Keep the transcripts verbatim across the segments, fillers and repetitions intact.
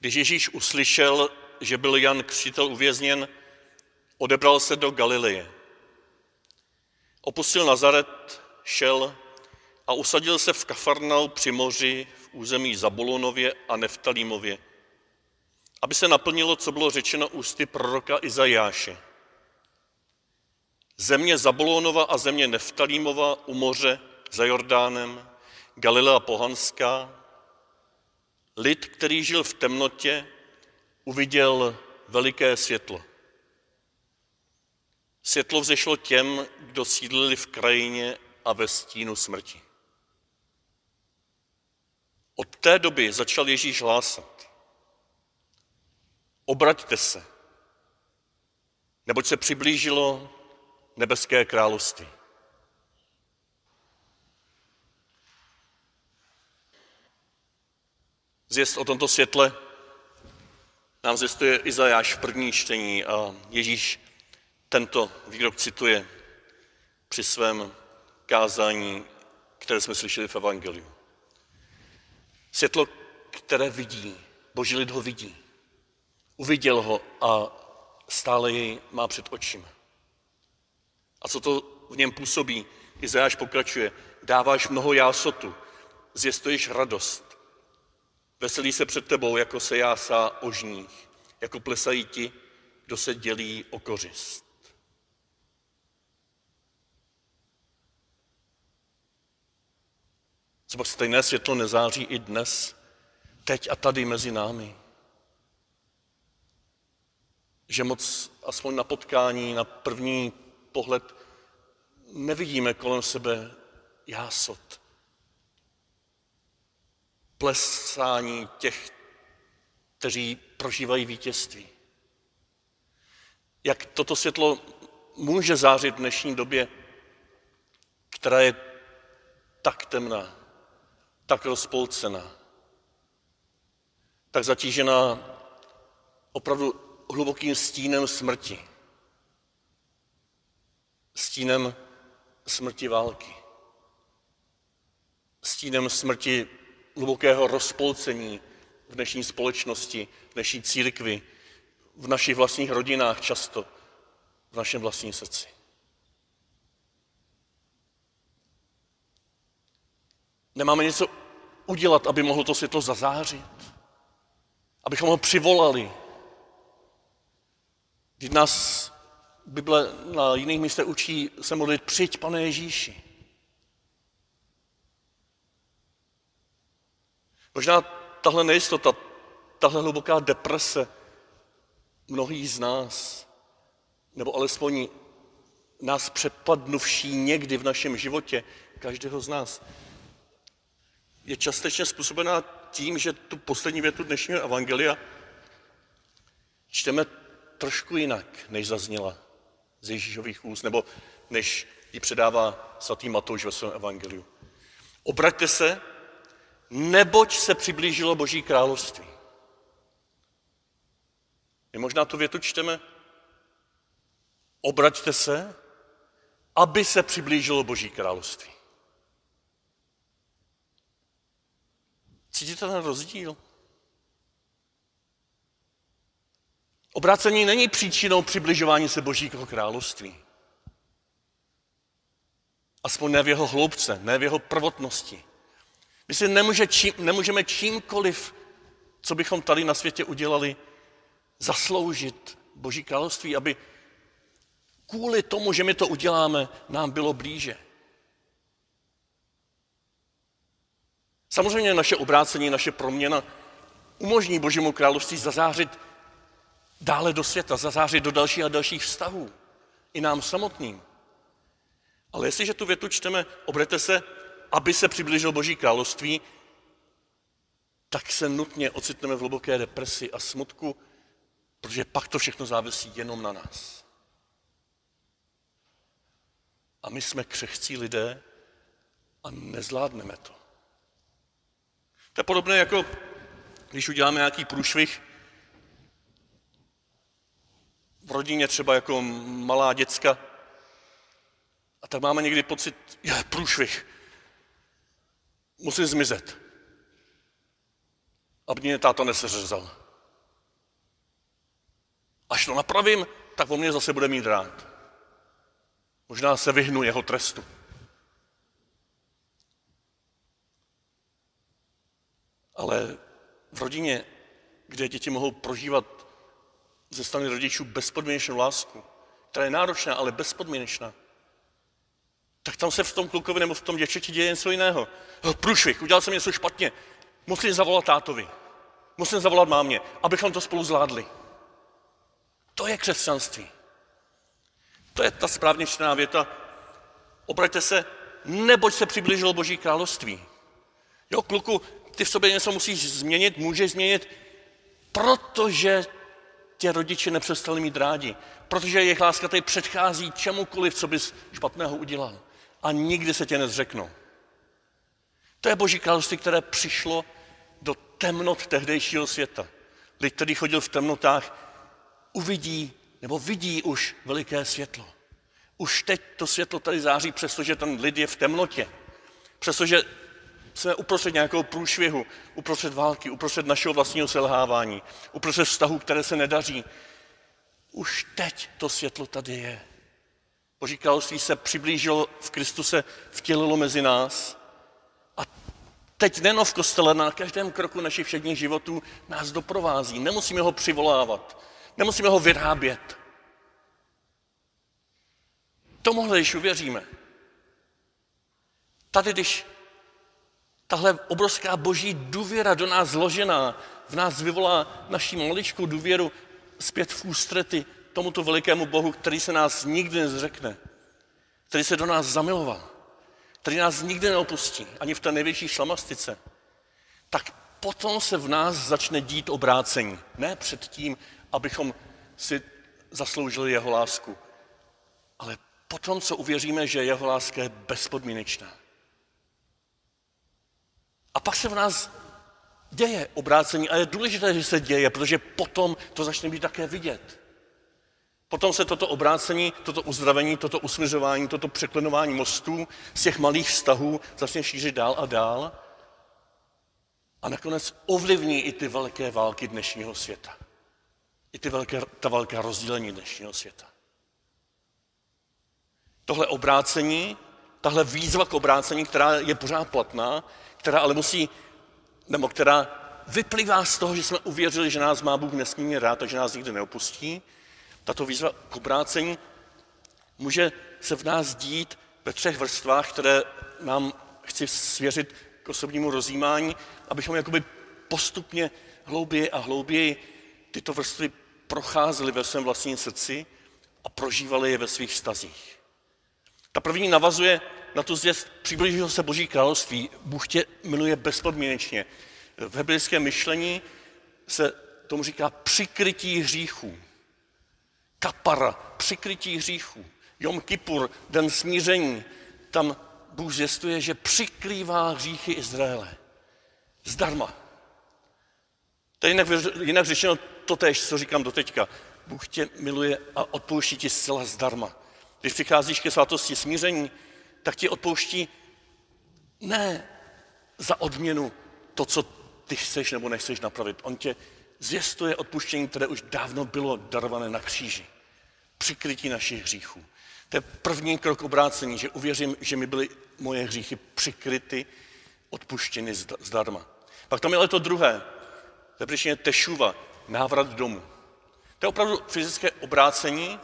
Když Ježíš uslyšel, že byl Jan Křtitel uvězněn, odebral se do Galileje. Opustil Nazaret, šel a usadil se v Kafarnau při moři v území Zabulonově a Neftalímově, aby se naplnilo, co bylo řečeno ústy proroka Izajáše. Země Zabulonova a země Neftalímova u moře za Jordánem, Galilea pohanská, lid, který žil v temnotě, uviděl veliké světlo. Světlo vzešlo těm, kdo sídlili v krajině a ve stínu smrti. Od té doby začal Ježíš hlásat: Obraťte se, neboť se přiblížilo nebeské království. Zvěst o tomto světle nám zvěstuje Izajáš v první čtení a Ježíš tento výrok cituje při svém kázání, které jsme slyšeli v evangeliu. Světlo, které vidí, Boží lid ho vidí. Uviděl ho a stále jej má před očima. A co to v něm působí? Izajáš pokračuje. Dáváš mnoho jásotu, zvěstuješ radost. Veselí se před tebou, jako se jásá o žních, jako plesají ti, kdo se dělí o kořist. Copak stejné světlo nezáří i dnes, teď a tady mezi námi? Že moc, aspoň na potkání, na první pohled, nevidíme kolem sebe jásot, plesání těch, kteří prožívají vítězství. Jak toto světlo může zářit v dnešní době, která je tak temná, tak rozpolcená, tak zatížená opravdu hlubokým stínem smrti. Stínem smrti války. Stínem smrti hlubokého rozpolcení v dnešní společnosti, v dnešní církvi, v našich vlastních rodinách často, v našem vlastním srdci. Nemáme něco udělat, aby mohlo to světlo zazářit? Abychom ho přivolali? Když nás Bible na jiných místech učí se modlit: Přijď, Pane Ježíši. Možná tahle nejistota, tahle hluboká deprese mnohých z nás, nebo alespoň nás přepadnuvší někdy v našem životě, každého z nás, je částečně způsobená tím, že tu poslední větu dnešního evangelia čteme trošku jinak, než zazněla z Ježíšových úst, nebo než ji předává svatý Matouš ve svém evangeliu. Obraťte se, neboť se přiblížilo Boží království. My možná tu větu čteme: Obraťte se, aby se přiblížilo Boží království. Cítíte ten rozdíl? Obrácení není příčinou přibližování se Božího království. Aspoň ne v jeho hloubce, ne v jeho prvotnosti. My si nemůže čím, nemůžeme čímkoliv, co bychom tady na světě udělali, zasloužit Boží království, aby kvůli tomu, že my to uděláme, nám bylo blíže. Samozřejmě naše obrácení, naše proměna umožní Božímu království zazářit dále do světa, zazářit do dalších a dalších vztahů, i nám samotným. Ale jestliže tu větu čteme: Obraťte se, aby se přiblížilo Boží království, tak se nutně ocitneme v hluboké depresi a smutku, protože pak to všechno závisí jenom na nás. A my jsme křehcí lidé a nezvládneme to. To je podobné, jako když uděláme nějaký průšvih v rodině, třeba jako malá děcka, a tak máme někdy pocit: je průšvih, musím zmizet, aby mě táta neseřezal. Až to napravím, tak on mě zase bude mít rád. Možná se vyhnu jeho trestu. Ale v rodině, kde děti mohou prožívat ze strany rodičů bezpodmínečnou lásku, která je náročná, ale bezpodmínečná, tak tam se v tom klukovi nebo v tom děvčeti děje něco jiného. Průšvih, udělal jsem něco špatně, musím zavolat tátovi, musím zavolat mámě, abychom to spolu zvládli. To je křesťanství. To je ta správně čtená věta. Obraťte se, neboť se přiblížilo Boží království. Jo, kluku, ty v sobě něco musíš změnit, můžeš změnit, protože tě rodiče nepřestali mít rádi. Protože jejich láska tady předchází čemukoliv, co bys špatného udělal. A nikdy se tě nezřeknou. To je Boží království, které přišlo do temnot tehdejšího světa. Lid, který chodil v temnotách, uvidí nebo vidí už veliké světlo. Už teď to světlo tady září, přestože ten lid je v temnotě. Přestože jsme uprostřed nějakého průšvihu, uprostřed války, uprostřed našeho vlastního selhávání, uprostřed vztahů, které se nedaří. Už teď to světlo tady je. Boží království se přiblížilo v Kristu, se vtělilo mezi nás. A teď nejen v kostele, na každém kroku našich všedních životů nás doprovází. Nemusíme ho přivolávat, nemusíme ho vyrábět. Tomuhle, když uvěříme, tady, když tahle obrovská boží důvěra do nás zložená v nás vyvolá naši maličkou důvěru zpět v ústrety tomuto velikému Bohu, který se nás nikdy nezřekne, který se do nás zamiloval, který nás nikdy neopustí, ani v té největší šlamastice, tak potom se v nás začne dít obrácení. Ne předtím, abychom si zasloužili jeho lásku, ale potom, co uvěříme, že jeho láska je bezpodmínečná. A pak se v nás děje obrácení a je důležité, že se děje, protože potom to začne být také vidět. Potom se toto obrácení, toto uzdravení, toto usmiřování, toto překlenování mostů z těch malých vztahů začne šířit dál a dál a nakonec ovlivní i ty velké války dnešního světa. I ty velké, ta velká rozdělení dnešního světa. Tohle obrácení, tahle výzva k obrácení, která je pořád platná, která ale musí, nebo která vyplývá z toho, že jsme uvěřili, že nás má Bůh nesmírně rád, takže nás nikdy neopustí. Tato výzva k obrácení může se v nás dít ve třech vrstvách, které nám chci svěřit k osobnímu rozjímání, abychom jakoby postupně hlouběji a hlouběji tyto vrstvy procházeli ve svém vlastním srdci a prožívali je ve svých vztazích. Ta první navazuje na tu zvěst, přiblížilo se Boží království, Bůh tě miluje bezpodmínečně. V hebrejském myšlení se tomu říká přikrytí hříchů. Kapara, přikrytí hříchů. Jom Kippur, den smíření. Tam Bůh zvěstuje, že přikrývá hříchy Izraele. Zdarma. To je jinak, jinak řečeno totéž, co říkám doteďka. Bůh tě miluje a odpouští ti zcela zdarma. Když přicházíš ke svátosti smíření, tak ti odpouští ne za odměnu to, co ty chceš nebo nechceš napravit. On tě zvěstuje odpuštění, které už dávno bylo darované na kříži. Přikrytí našich hříchů. To je první krok obrácení, že uvěřím, že mi byly moje hříchy přikryty, odpuštěny zdarma. Pak tam je ale to druhé. To je přesně tešuva, návrat domů. To je opravdu fyzické obrácení.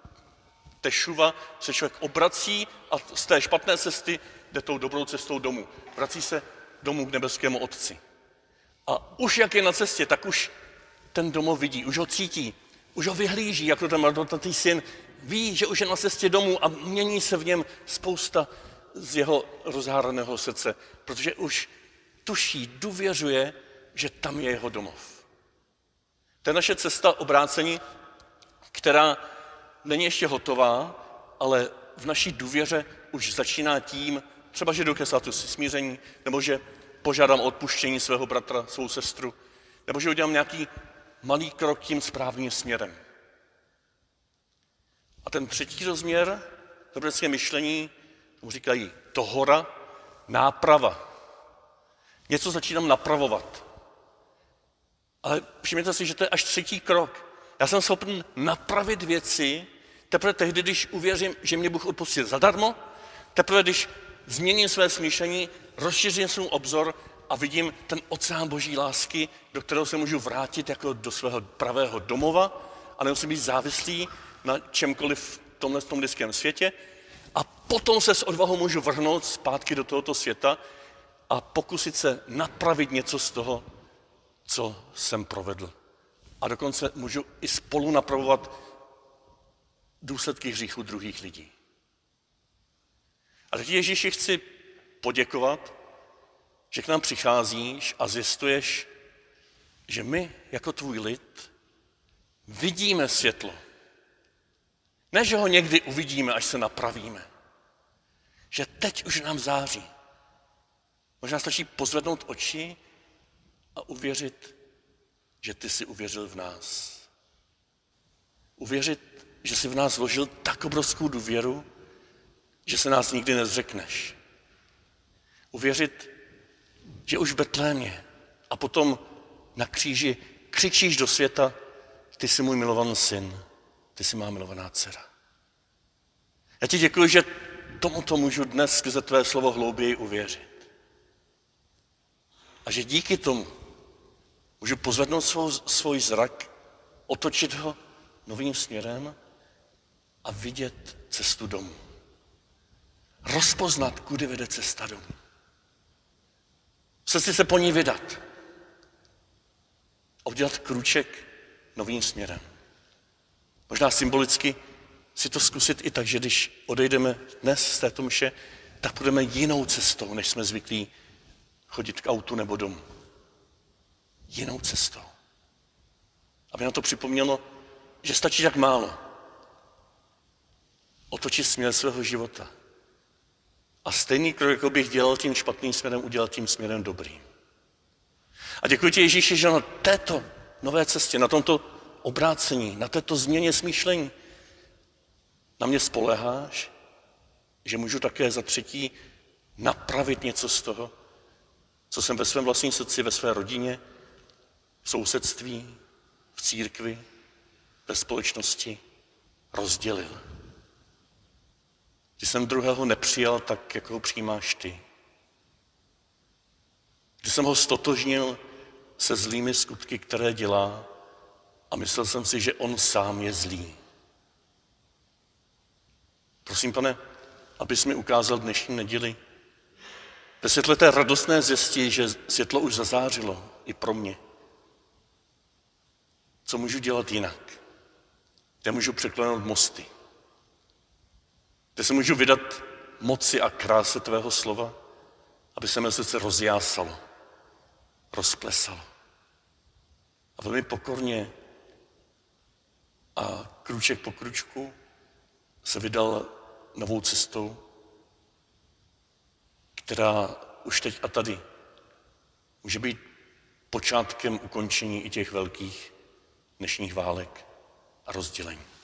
Tešuva se člověk obrací a z té špatné cesty jde tou dobrou cestou domů. Vrací se domů k nebeskému Otci. A už jak je na cestě, tak už ten domov vidí, už ho cítí, už ho vyhlíží, jako ten mladotný syn. Ví, že už je na cestě domů a mění se v něm spousta z jeho rozháraného srdce, protože už tuší, důvěřuje, že tam je jeho domov. To je naše cesta obrácení, která není ještě hotová, ale v naší důvěře už začíná tím, třeba že jdu ke svátosti smíření, nebo že požádám o odpuštění svého bratra, svou sestru, nebo že udělám nějaký malý krok tím správným směrem. A ten třetí rozměr, hebrejské myšlení, tomu říkají tohora, náprava. Něco začínám napravovat. Ale všimněte si, že to je až třetí krok. Já jsem schopen napravit věci teprve tehdy, když uvěřím, že mě Bůh odpustil zadarmo, teprve když změním své smýšlení, rozšířím svůj obzor a vidím ten oceán boží lásky, do kterého se můžu vrátit jako do svého pravého domova a nemusím být závislý na čemkoliv v tomhle tom lidském světě. A potom se s odvahou můžu vrhnout zpátky do tohoto světa a pokusit se napravit něco z toho, co jsem provedl. A dokonce můžu i spolu napravovat důsledky hříchu druhých lidí. A teď Ježíši chci poděkovat, že k nám přicházíš a zjistuješ, že my jako tvůj lid vidíme světlo. Ne, že ho někdy uvidíme, až se napravíme. Že teď už nám září. Možná stačí pozvednout oči a uvěřit, že ty jsi uvěřil v nás. Uvěřit, že jsi v nás vložil tak obrovskou důvěru, že se nás nikdy nezřekneš. Uvěřit, že už v Betlémě a potom na kříži křičíš do světa, ty jsi můj milovaný syn, ty jsi má milovaná dcera. Já ti děkuji, že tomuto můžu dnes skrze tvé slovo hlouběji uvěřit. A že díky tomu můžu pozvednout svou, svůj zrak, otočit ho novým směrem a vidět cestu domů. Rozpoznat, kudy vede cesta domů. Chci se po ní vydat a udělat krůček novým směrem. Možná symbolicky si to zkusit i tak, že když odejdeme dnes z této mše, tak půjdeme jinou cestou, než jsme zvyklí chodit k autu nebo domů. Jinou cestou. Aby nám to připomnělo, že stačí tak málo. Otočit směr svého života. A stejný krok, jako bych dělal tím špatným směrem, udělal tím směrem dobrým. A děkuji ti, Ježíši, že na této nové cestě, na tomto obrácení, na této změně smýšlení na mě spoléháš, že můžu také za třetí napravit něco z toho, co jsem ve svém vlastním srdci, ve své rodině, v sousedství, v církvi, ve společnosti rozdělil. Že jsem druhého nepřijal tak, jako ho přijímáš ty. Že jsem ho stotožnil se zlými skutky, které dělá a myslel jsem si, že on sám je zlý. Prosím, Pane, abys mi ukázal dnešní neděli ve světle té radostné zvěsti, že světlo už zazářilo i pro mě. Co můžu dělat jinak? Kde můžu překlenout mosty? Kde se můžu vydat moci a kráse tvého slova, aby se mé srdce rozjásalo, rozplesalo. A velmi pokorně a krůček po kručku se vydal novou cestou, která už teď a tady může být počátkem ukončení i těch velkých dnešních válek a rozdělení.